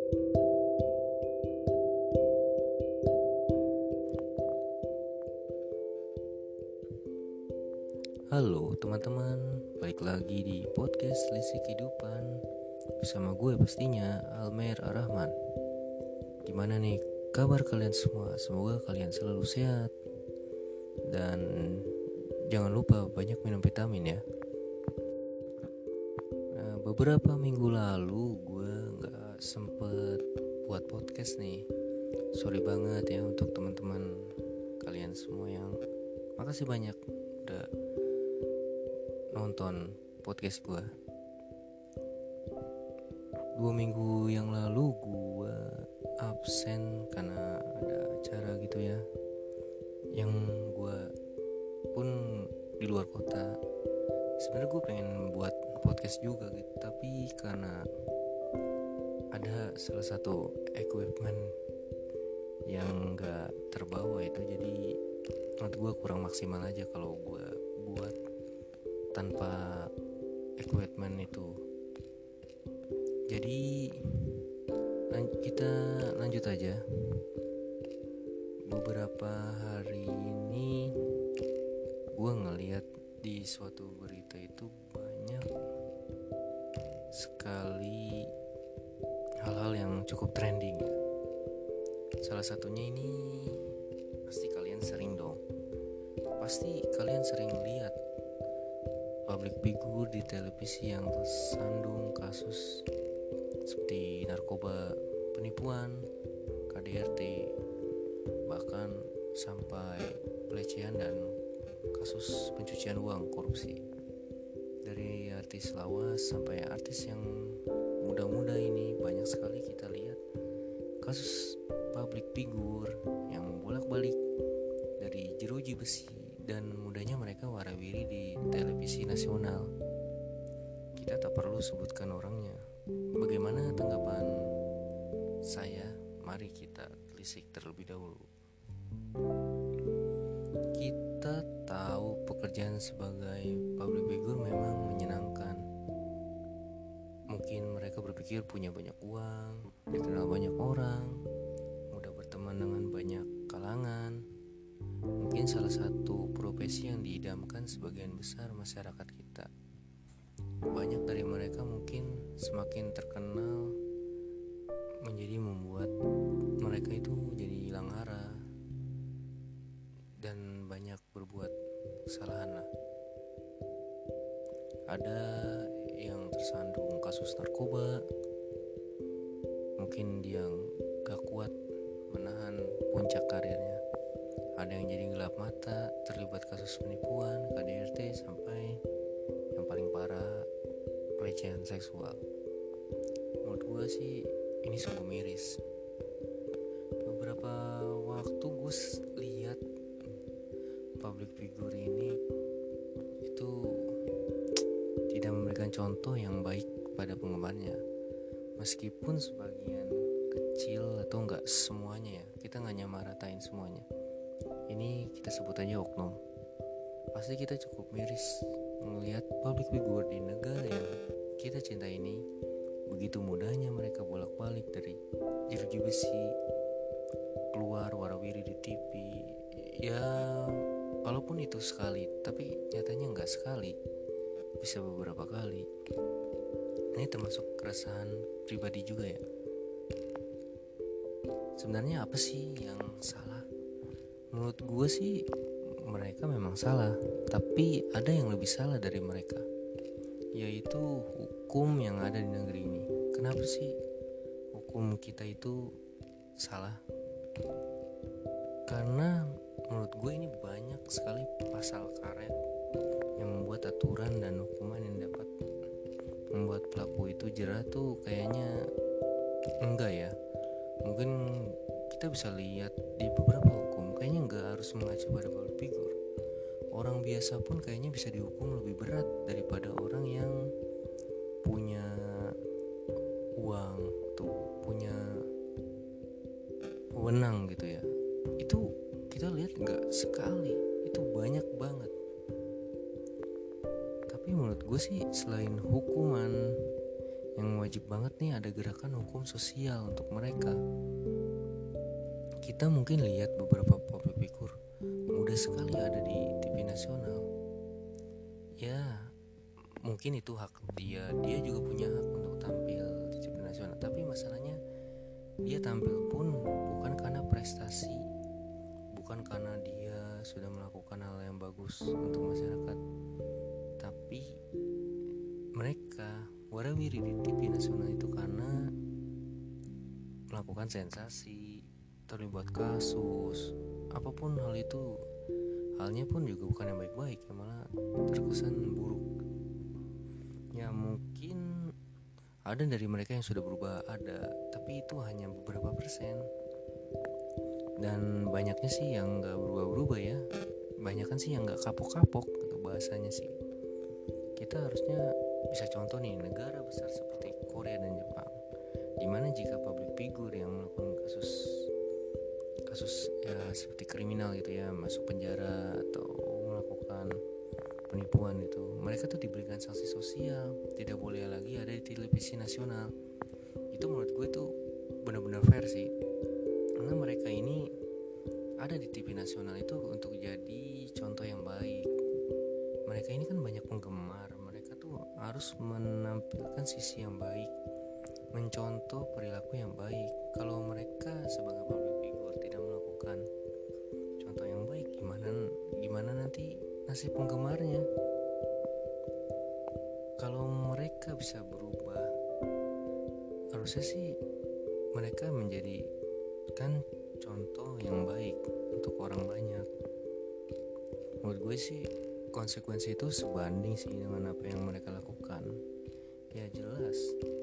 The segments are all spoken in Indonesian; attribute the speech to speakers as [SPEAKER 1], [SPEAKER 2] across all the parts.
[SPEAKER 1] Halo teman-teman, balik lagi di podcast Lisi Kehidupan bersama gue pastinya, Almer Arahman. Gimana nih kabar kalian semua? Semoga kalian selalu sehat. Dan jangan lupa banyak minum vitamin ya. Beberapa minggu lalu gue gak sempet buat podcast nih. Sorry banget ya untuk teman-teman kalian semua yang makasih banyak udah nonton podcast gue. 2 minggu yang lalu gue absen karena ada acara gitu ya, yang gue pun di luar kota. Sebenarnya gue pengen buat podcast juga gitu, tapi karena ada salah satu equipment yang gak terbawa itu, jadi menurut gue kurang maksimal aja kalau gue buat tanpa equipment itu. Jadi kita lanjut aja. Beberapa hari ini gue ngeliat di suatu berita itu banyak sekali hal-hal yang cukup trending. Salah satunya ini pasti kalian sering lihat public figure di televisi yang tersandung kasus seperti narkoba, penipuan, KDRT, bahkan sampai pelecehan dan kasus pencucian uang, korupsi. Dari artis lawas sampai artis yang muda-muda ini, banyak sekali kita lihat kasus public figure yang bolak-balik dari jeruji besi dan mudahnya mereka warawiri di televisi nasional. Kita tak perlu sebutkan orangnya. Bagaimana tanggapan saya? Mari kita telisik terlebih dahulu. Kita tahu pekerjaan sebagai public figure memang menyenangkan. Mungkin mereka berpikir punya banyak uang, dikenal banyak orang, mudah berteman dengan banyak kalangan. Mungkin salah satu profesi yang diidamkan sebagian besar masyarakat kita. Banyak dari mereka mungkin semakin terkenal menjadi membuat mereka itu jadi hilang arah dan banyak berbuat kesalahan lah. Ada yang tersandung kasus narkoba, mungkin dia gak kuat menahan puncak karirnya. Ada yang jadi gelap mata, terlibat kasus penipuan, KDRT, sampai yang paling parah, pelecehan seksual. Menurut gue sih ini sungguh miris. Beberapa waktu gue lihat public figure ini itu tidak memberikan contoh yang baik pada penggemarnya. Meskipun sebagian kecil atau enggak semuanya ya, kita gak nyamaratain semuanya. Ini kita sebut aja oknum. Pasti kita cukup miris melihat public figure di negara yang kita cinta ini. Begitu mudahnya mereka bolak-balik dari jeruji besi, keluar warawiri di TV. Ya walaupun itu sekali, tapi nyatanya gak sekali, bisa beberapa kali. Ini termasuk keresahan pribadi juga ya. Sebenarnya apa sih yang salah? Menurut gue sih mereka memang salah, tapi ada yang lebih salah dari mereka, yaitu hukum yang ada di negeri ini. Kenapa sih hukum kita itu salah? Karena menurut gue ini banyak sekali pasal karet yang membuat aturan dan hukuman yang dapat membuat pelaku itu jerah tuh kayaknya enggak ya. Mungkin kita bisa lihat di beberapa hukum kayaknya enggak harus mengacu pada public figure. Orang biasa pun kayaknya bisa dihukum lebih berat daripada orang yang punya uang tuh, punya wewenang gitu ya. Itu kita lihat enggak sekali, itu banyak banget. Tapi menurut gue sih selain hukuman yang wajib banget nih ada gerakan hukum sosial untuk mereka. Kita mungkin lihat beberapa public figure mudah sekali ada di TV nasional. Ya, mungkin itu hak dia juga punya hak untuk tampil di TV nasional. Tapi masalahnya dia tampil pun bukan karena prestasi, bukan karena dia sudah melakukan hal yang bagus untuk masyarakat, tapi mereka warawiri di TV nasional itu karena melakukan sensasi, terlibat kasus, apapun hal itu. Halnya pun juga bukan yang baik-baik, ya malah terkesan buruk. Ya mungkin ada dari mereka yang sudah berubah, ada, tapi itu hanya beberapa persen. Dan banyaknya sih yang gak berubah-berubah ya. Banyakan sih yang gak kapok-kapok gitu bahasanya sih. Kita harusnya bisa contoh nih negara besar seperti Korea dan Jepang, dimana jika public figure yang melakukan kasus ya seperti kriminal gitu ya, masuk penjara atau melakukan penipuan itu, mereka tuh diberikan sanksi sosial, tidak boleh lagi ada di televisi nasional. Itu menurut gue tuh benar-benar fair sih, karena mereka ini ada di TV nasional itu untuk jadi contoh yang baik. Mereka ini kan banyak penggemar, mereka tuh harus menampilkan sisi yang baik, mencontoh perilaku yang baik. Kalau mereka sebagai public figure tidak melakukan contoh yang baik, gimana nanti nasib penggemarnya? Kalau mereka bisa berubah, harusnya sih mereka menjadikan contoh yang baik untuk orang banyak. Menurut gue sih konsekuensi itu sebanding sih dengan apa yang mereka lakukan. Ya jelas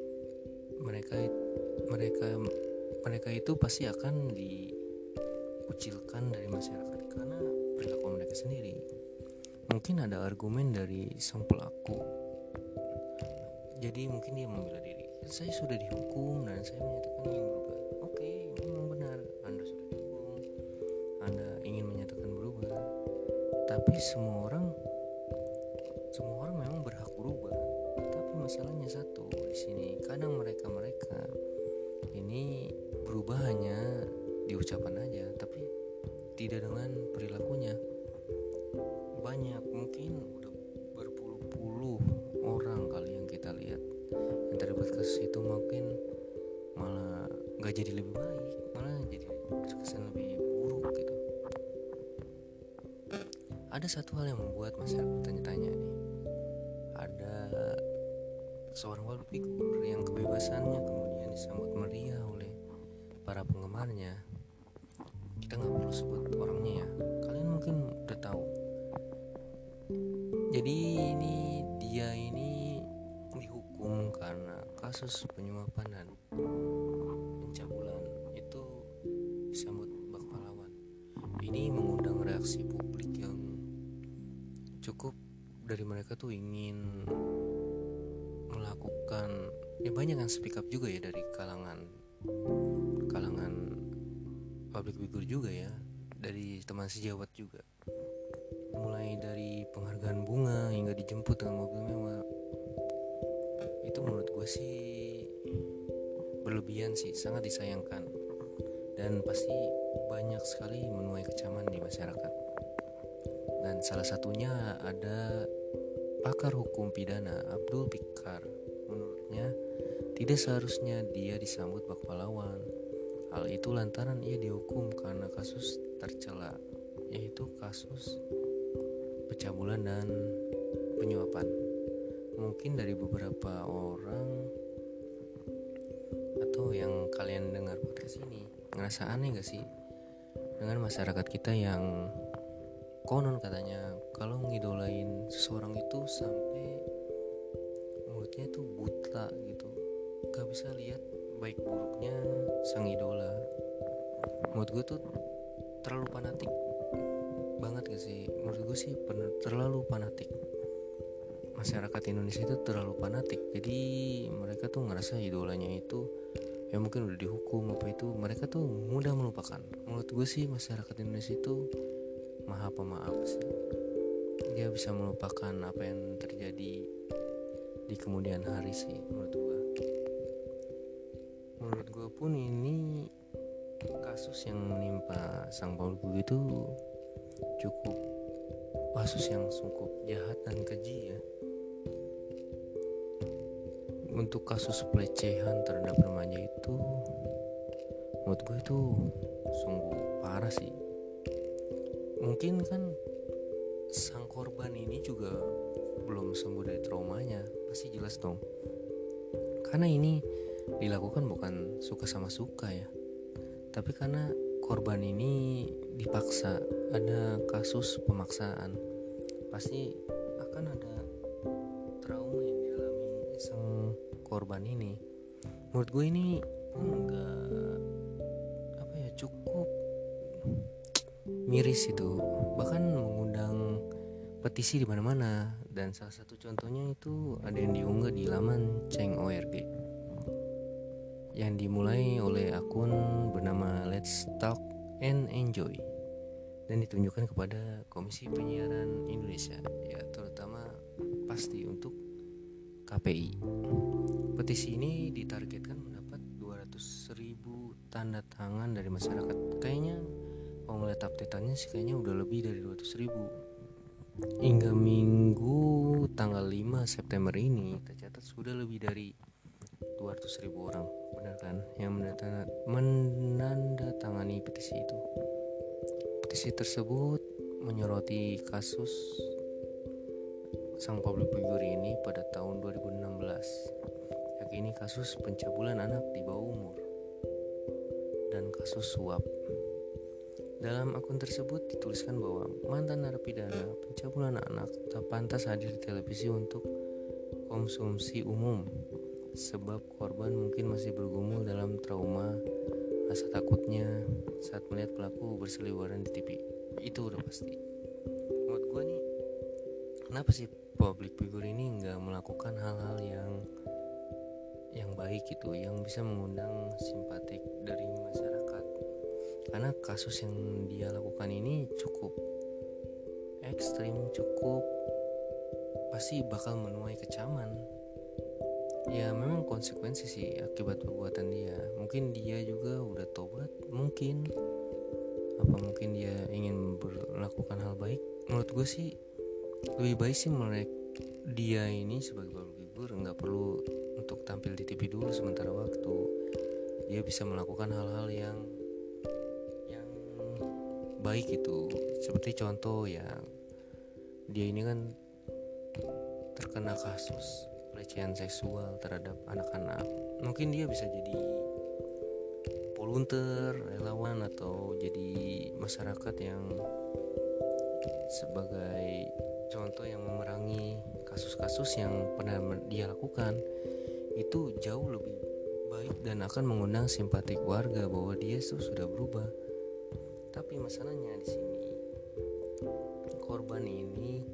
[SPEAKER 1] mereka itu pasti akan dikucilkan dari masyarakat karena perilaku mereka sendiri. Mungkin ada argumen dari sang pelaku, jadi mungkin dia membela diri, saya sudah dihukum dan saya menyatakan ingin berubah. Oke, memang benar, Anda sudah dihukum, Anda ingin menyatakan berubah, tapi semua orang memang berhak berubah. Tapi masalahnya satu di sini, kadang mereka ini berubah hanya di ucapan aja, tapi tidak dengan perilakunya. Banyak, mungkin udah berpuluh-puluh orang kali yang kita lihat yang terlibat kasus itu, mungkin malah gak jadi lebih baik, malah jadi terkesan lebih buruk gitu. Ada satu hal yang membuat masyarakat bertanya-tanya nih. Ada seorang public figure yang kebebasannya kemudian disambut meriah oleh para penggemarnya. Kita gak perlu sebut orangnya ya, kalian mungkin udah tahu. Jadi dia ini dihukum karena kasus penyuapan dan pencabulan, itu disambut bak pahlawan. Ini mengundang reaksi publik yang cukup, dari mereka tuh ingin melakukan, ya banyak yang speak up juga ya dari kalangan public figure juga ya, dari teman sejawat juga, mulai dari penghargaan bunga hingga dijemput dengan mobil mewah. Itu menurut gue sih berlebihan sih, sangat disayangkan, dan pasti banyak sekali menuai kecaman di masyarakat. Dan salah satunya ada pakar hukum pidana Abdul Fikar. Menurutnya tidak seharusnya dia disambut bak pahlawan. Hal itu lantaran ia dihukum karena kasus tercela, yaitu kasus pencabulan dan penyuapan. Mungkin dari beberapa orang atau yang kalian dengar podcast ini ngerasa aneh gak sih dengan masyarakat kita yang konon katanya kalau ngidolain seseorang itu sampai mulutnya itu buta gitu, gak bisa lihat baik buruknya sang idola. Menurut gue tuh terlalu fanatik banget gak sih? Menurut gue sih terlalu fanatik. Masyarakat Indonesia itu terlalu fanatik, jadi mereka tuh ngerasa idolanya itu ya mungkin udah dihukum apa itu, mereka tuh mudah melupakan. Menurut gue sih masyarakat Indonesia itu maha pemaaf sih, dia bisa melupakan apa yang terjadi di kemudian hari sih menurut gue. gue pun ini kasus yang menimpa sang Paul itu cukup kasus yang cukup jahat dan keji ya. Untuk kasus pelecehan terhadap remaja itu menurut gue itu sungguh parah sih. Mungkin kan sang korban ini juga belum sembuh dari traumanya, pasti jelas dong. Karena ini dilakukan bukan suka sama suka ya, tapi karena korban ini dipaksa, ada kasus pemaksaan. Pasti akan ada trauma yang dialami sang korban ini. Menurut gue ini enggak cukup miris itu, bahkan mengundang petisi di mana-mana, dan salah satu contohnya itu ada yang diunggah di laman Ceng.org yang dimulai oleh akun bernama Let's Talk and Enjoy dan ditunjukkan kepada Komisi Penyiaran Indonesia, ya terutama pasti untuk KPI. Petisi ini ditargetkan mendapat 200.000 tanda tangan dari masyarakat. Kayaknya kalau ngeliat update-annya sih kayaknya udah lebih dari 200.000. Hingga minggu tanggal 5 September ini tercatat sudah lebih dari 200.000 orang, benar kan, yang menandatangani petisi itu. Petisi tersebut menyoroti kasus sang public figure ini pada tahun 2016, yakni kasus pencabulan anak di bawah umur dan kasus suap. Dalam akun tersebut dituliskan bahwa mantan narapidana pencabulan anak tak pantas hadir di televisi untuk konsumsi umum, sebab korban mungkin masih bergumul dalam trauma rasa takutnya saat melihat pelaku berseliweran di TV. Itu udah pasti. Menurut gue nih, kenapa sih public figure ini nggak melakukan hal-hal yang baik gitu, yang bisa mengundang simpatik dari masyarakat? Karena kasus yang dia lakukan ini cukup ekstrim, cukup pasti bakal menuai kecaman. Ya memang konsekuensi sih akibat perbuatan dia. Mungkin dia juga udah tobat, mungkin dia ingin melakukan hal baik. Menurut gue sih lebih baik sih dia ini sebagai public figure nggak perlu untuk tampil di TV dulu sementara waktu. Dia bisa melakukan hal-hal yang baik itu, seperti contoh ya, dia ini kan terkena kasus pelecehan seksual terhadap anak-anak. Mungkin dia bisa jadi volunteer, relawan, atau jadi masyarakat yang sebagai contoh yang memerangi kasus-kasus yang pernah dia lakukan. Itu jauh lebih baik dan akan mengundang simpatik warga bahwa dia itu sudah berubah. Tapi masalahnya di sini, korban ini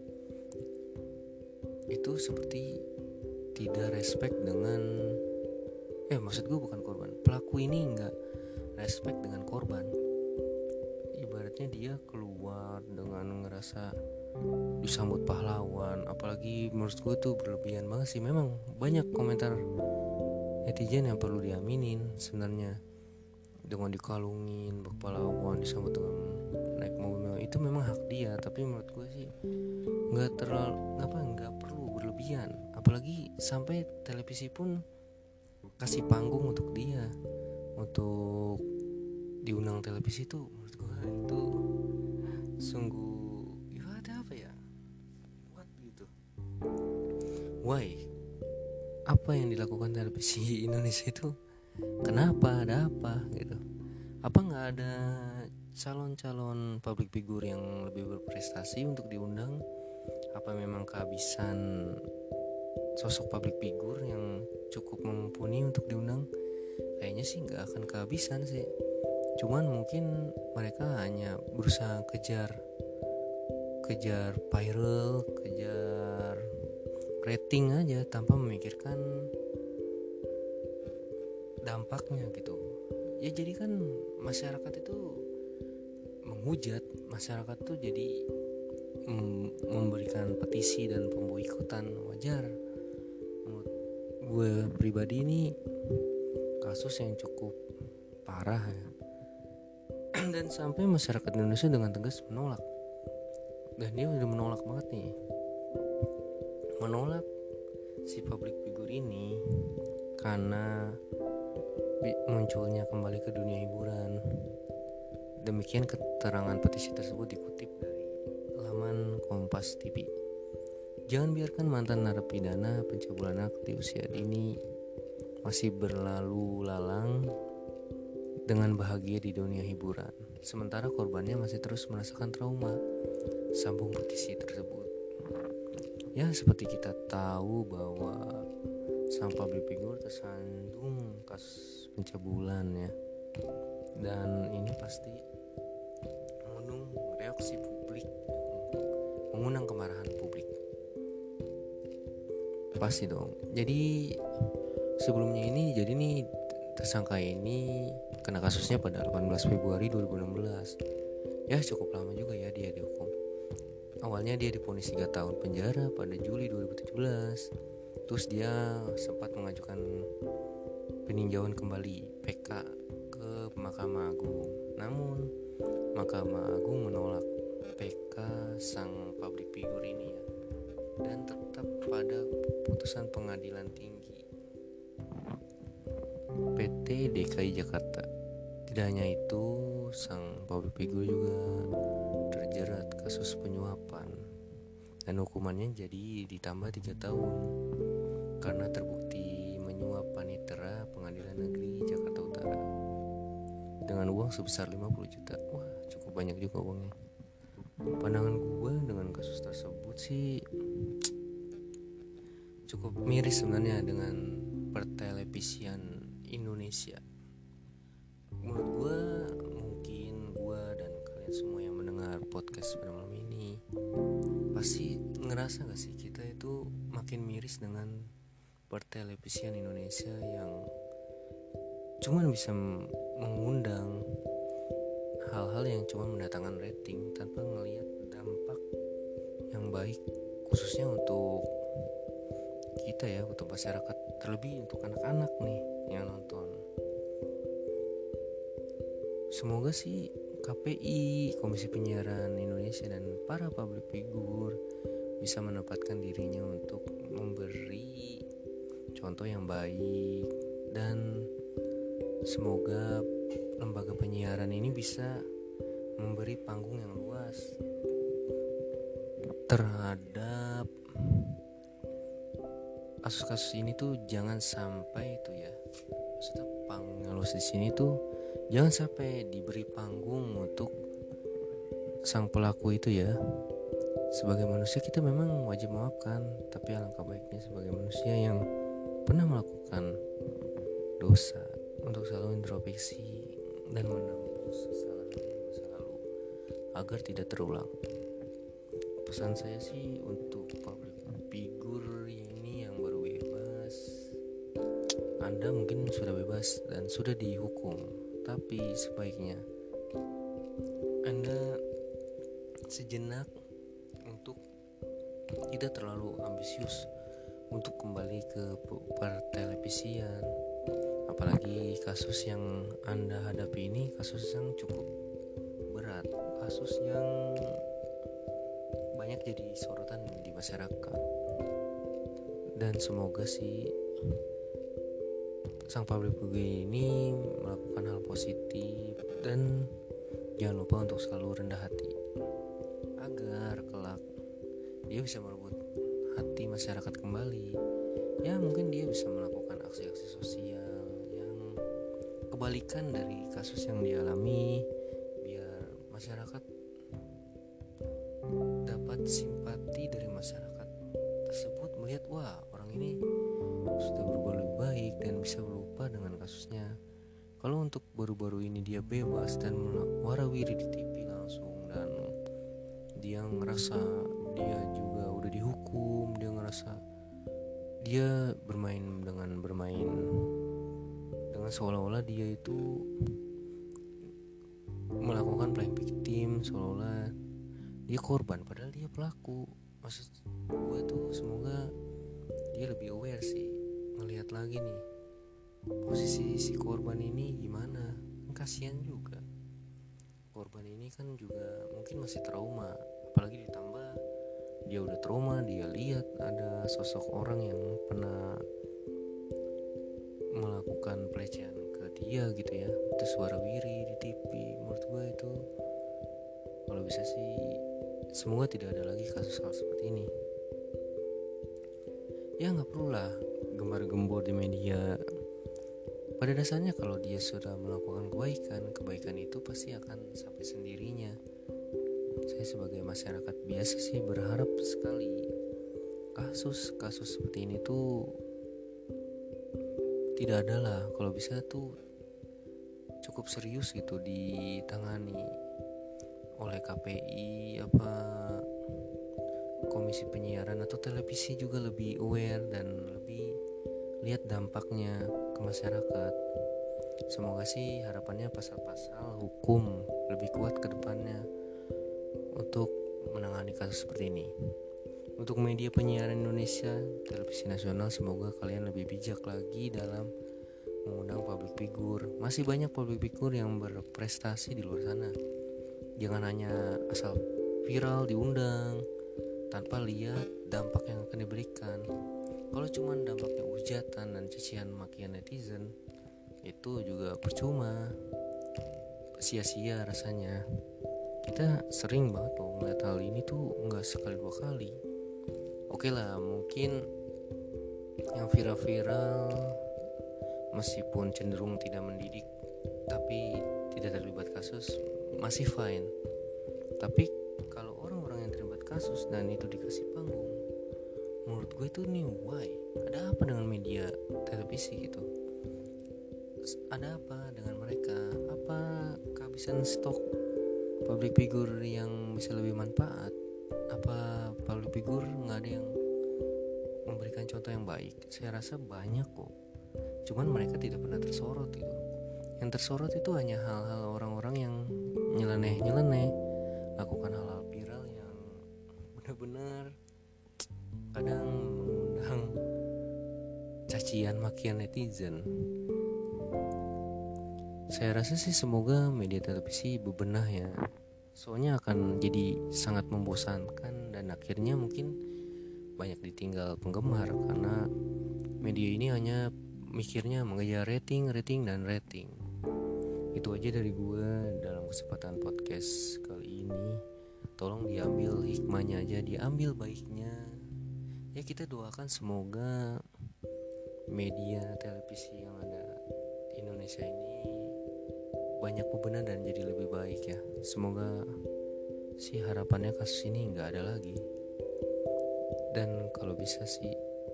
[SPEAKER 1] itu seperti tidak respect dengan maksud gue bukan korban, pelaku ini nggak respect dengan korban. Ibaratnya dia keluar dengan ngerasa disambut pahlawan, apalagi menurut gue tuh berlebihan banget sih. Memang banyak komentar netizen yang perlu diaminin sebenarnya, dengan dikalungin pahlawan, disambut dengan naik mobil, itu memang hak dia. Tapi menurut gue sih nggak perlu berlebihan, apalagi sampai televisi pun kasih panggung untuk dia untuk diundang televisi. Itu menurut gue itu sungguh ada apa ya, what gitu, why, apa yang dilakukan televisi Indonesia itu, kenapa, ada apa gitu? Apa nggak ada calon-calon public figure yang lebih berprestasi untuk diundang? Apa memang kehabisan sosok public figure yang cukup mumpuni untuk diundang? Kayaknya sih nggak akan kehabisan sih. Cuman mungkin mereka hanya berusaha kejar viral, kejar rating aja tanpa memikirkan dampaknya gitu. Ya jadi kan masyarakat itu menghujat, masyarakat tuh jadi memberikan petisi dan pemboikotan. Wajar. Menurut gue pribadi ini kasus yang cukup parah ya. Dan sampai masyarakat Indonesia dengan tegas menolak. Dan dia udah menolak banget nih. Menolak si public figure ini karena munculnya kembali ke dunia hiburan. Demikian keterangan petisi tersebut dikutip dari laman Kompas TV. Jangan biarkan mantan narapidana pencabulan anak di usia dini masih berlalu lalang dengan bahagia di dunia hiburan, sementara korbannya masih terus merasakan trauma. Sambung petisi tersebut. Ya, seperti kita tahu bahwa sang public figure tersandung kasus pencabulan ya, dan ini pasti mengundang reaksi publik, mengundang kemarahan publik. Pasti dong. Jadi sebelumnya ini, jadi nih tersangka ini kena kasusnya pada 18 Februari 2016. Ya cukup lama juga ya dia dihukum. Awalnya dia divonis 3 tahun penjara pada Juli 2017. Terus dia sempat mengajukan peninjauan kembali PK ke Mahkamah Agung. Namun Mahkamah Agung menolak PK sang public figure ini ya, dan tetap pada putusan Pengadilan Tinggi PT DKI Jakarta. Tidak hanya itu, sang public figure juga terjerat kasus penyuapan dan hukumannya jadi ditambah 3 tahun karena terbukti menyuap panitera Pengadilan Negeri Jakarta Utara dengan uang sebesar 50 juta. Wah, cukup banyak juga uangnya. Pandangan gue dengan kasus tersebut sih cukup miris sebenarnya dengan pertelevisian Indonesia. Menurut gue, mungkin gue dan kalian semua yang mendengar podcast pada malam ini pasti ngerasa gak sih kita itu makin miris dengan pertelevisian Indonesia yang cuman bisa mengundang hal-hal yang cuma mendatangkan rating tanpa ngelihat dampak yang baik, khususnya untuk kita ya, untuk masyarakat, terlebih untuk anak-anak nih yang nonton. Semoga sih KPI, Komisi Penyiaran Indonesia, dan para public figure bisa menempatkan dirinya untuk memberi contoh yang baik, dan semoga lembaga penyiaran ini bisa memberi panggung yang luas terhadap kasus-kasus ini tuh. Jangan sampai itu ya, maksudnya panggung yang luas di sini tuh jangan sampai diberi panggung untuk sang pelaku itu ya. Sebagai manusia kita memang wajib memaafkan, tapi alangkah baiknya sebagai manusia yang pernah melakukan dosa untuk selalu introspeksi dan menembus kesalahan masa lalu agar tidak terulang. Pesan saya sih untuk public figure ini yang baru bebas, Anda mungkin sudah bebas dan sudah dihukum, tapi sebaiknya Anda sejenak untuk tidak terlalu ambisius untuk kembali ke pertelevisian. Apalagi kasus yang Anda hadapi ini kasus yang cukup berat, kasus yang banyak jadi sorotan di masyarakat. Dan semoga sih sang public figure ini melakukan hal positif dan jangan lupa untuk selalu rendah hati agar kelak dia bisa merebut hati masyarakat kembali. Ya mungkin dia bisa melakukan aksi-aksi sosial yang kebalikan dari kasus yang dialami, biar masyarakat dapat simpati dari masyarakat tersebut, melihat wah orang ini sudah berubah lebih baik dan bisa lupa dengan kasusnya. Kalau untuk baru-baru ini dia bebas dan warawiri di TV langsung, dan dia ngerasa dia juga udah dihukum, dia ngerasa dia bermain dengan seolah-olah dia itu melakukan playing victim, seolah-olah dia korban padahal dia pelaku. Maksud gue tuh semoga dia lebih aware sih, ngelihat lagi nih posisi si korban ini gimana? Kasihan juga. Korban ini kan juga mungkin masih trauma, apalagi ditambah dia udah trauma, dia lihat ada sosok orang yang pernah melakukan pelecehan ke dia gitu ya. Itu suara Wiri di TV. Menurut gue itu kalau bisa sih semoga tidak ada lagi kasus hal seperti ini. Ya nggak perlu lah gembar-gembor di media. Pada dasarnya kalau dia sudah melakukan kebaikan itu pasti akan sampai sendirinya. Saya sebagai masyarakat biasa sih berharap sekali kasus-kasus seperti ini tuh tidak ada lah. Kalau bisa tuh cukup serius gitu ditangani oleh KPI, Komisi Penyiaran atau televisi juga lebih aware dan lebih lihat dampaknya ke masyarakat. Semoga sih harapannya pasal-pasal hukum lebih kuat ke depannya untuk menangani kasus seperti ini. Untuk media penyiaran Indonesia, televisi nasional, semoga kalian lebih bijak lagi dalam mengundang public figure. Masih banyak public figure yang berprestasi di luar sana. Jangan hanya asal viral diundang tanpa lihat dampak yang akan diberikan. Kalau cuma dampaknya hujatan dan cacian makian netizen, itu juga percuma, sia-sia rasanya. Kita sering banget loh ngeliat hal ini tuh nggak sekali dua kali. Oke lah, mungkin yang viral-viral meskipun cenderung tidak mendidik tapi tidak terlibat kasus masih fine. Tapi kalau orang-orang yang terlibat kasus dan itu dikasih panggung, menurut gue itu nih why? Ada apa dengan media televisi gitu? Ada apa dengan mereka? Apa kehabisan stok public figure yang bisa lebih manfaat? Apa public figure nggak ada yang memberikan contoh yang baik? Saya rasa banyak kok, cuman mereka tidak pernah tersorot gitu. Yang tersorot itu hanya hal-hal orang-orang yang nyeleneh lakukan hal-hal viral yang benar-benar kadang mengundang cacian makian netizen. Saya rasa sih semoga media televisi bebenah ya, soalnya akan jadi sangat membosankan dan akhirnya mungkin banyak ditinggal penggemar karena media ini hanya mikirnya mengejar rating dan rating. Itu aja dari gue dalam kesempatan podcast kali ini. Tolong diambil hikmahnya aja, diambil baiknya. Ya kita doakan semoga media televisi yang ada di Indonesia ini banyak bebenah dan jadi lebih baik ya. Semoga sih harapannya kasus ini gak ada lagi. Dan kalau bisa sih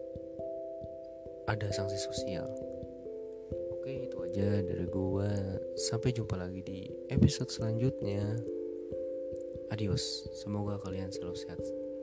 [SPEAKER 1] ada sanksi sosial. Oke, itu aja dari gua. Sampai jumpa lagi di episode selanjutnya. Adios. Semoga kalian selalu sehat.